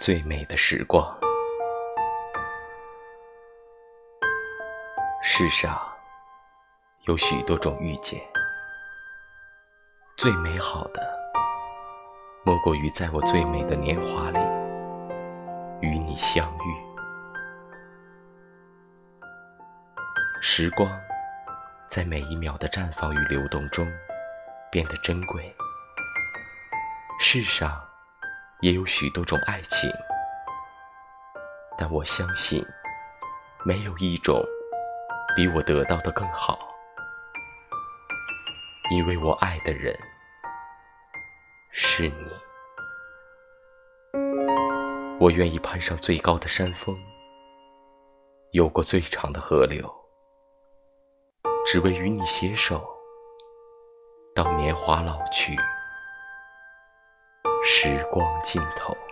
最美的时光。世上有许多种遇见，最美好的莫过于在我最美的年华里与你相遇。时光在每一秒的绽放与流动中变得珍贵。世上也有许多种爱情，但我相信没有一种比我得到的更好，因为我爱的人是你。我愿意攀上最高的山峰，游过最长的河流，只为与你携手到年华老去，时光尽头。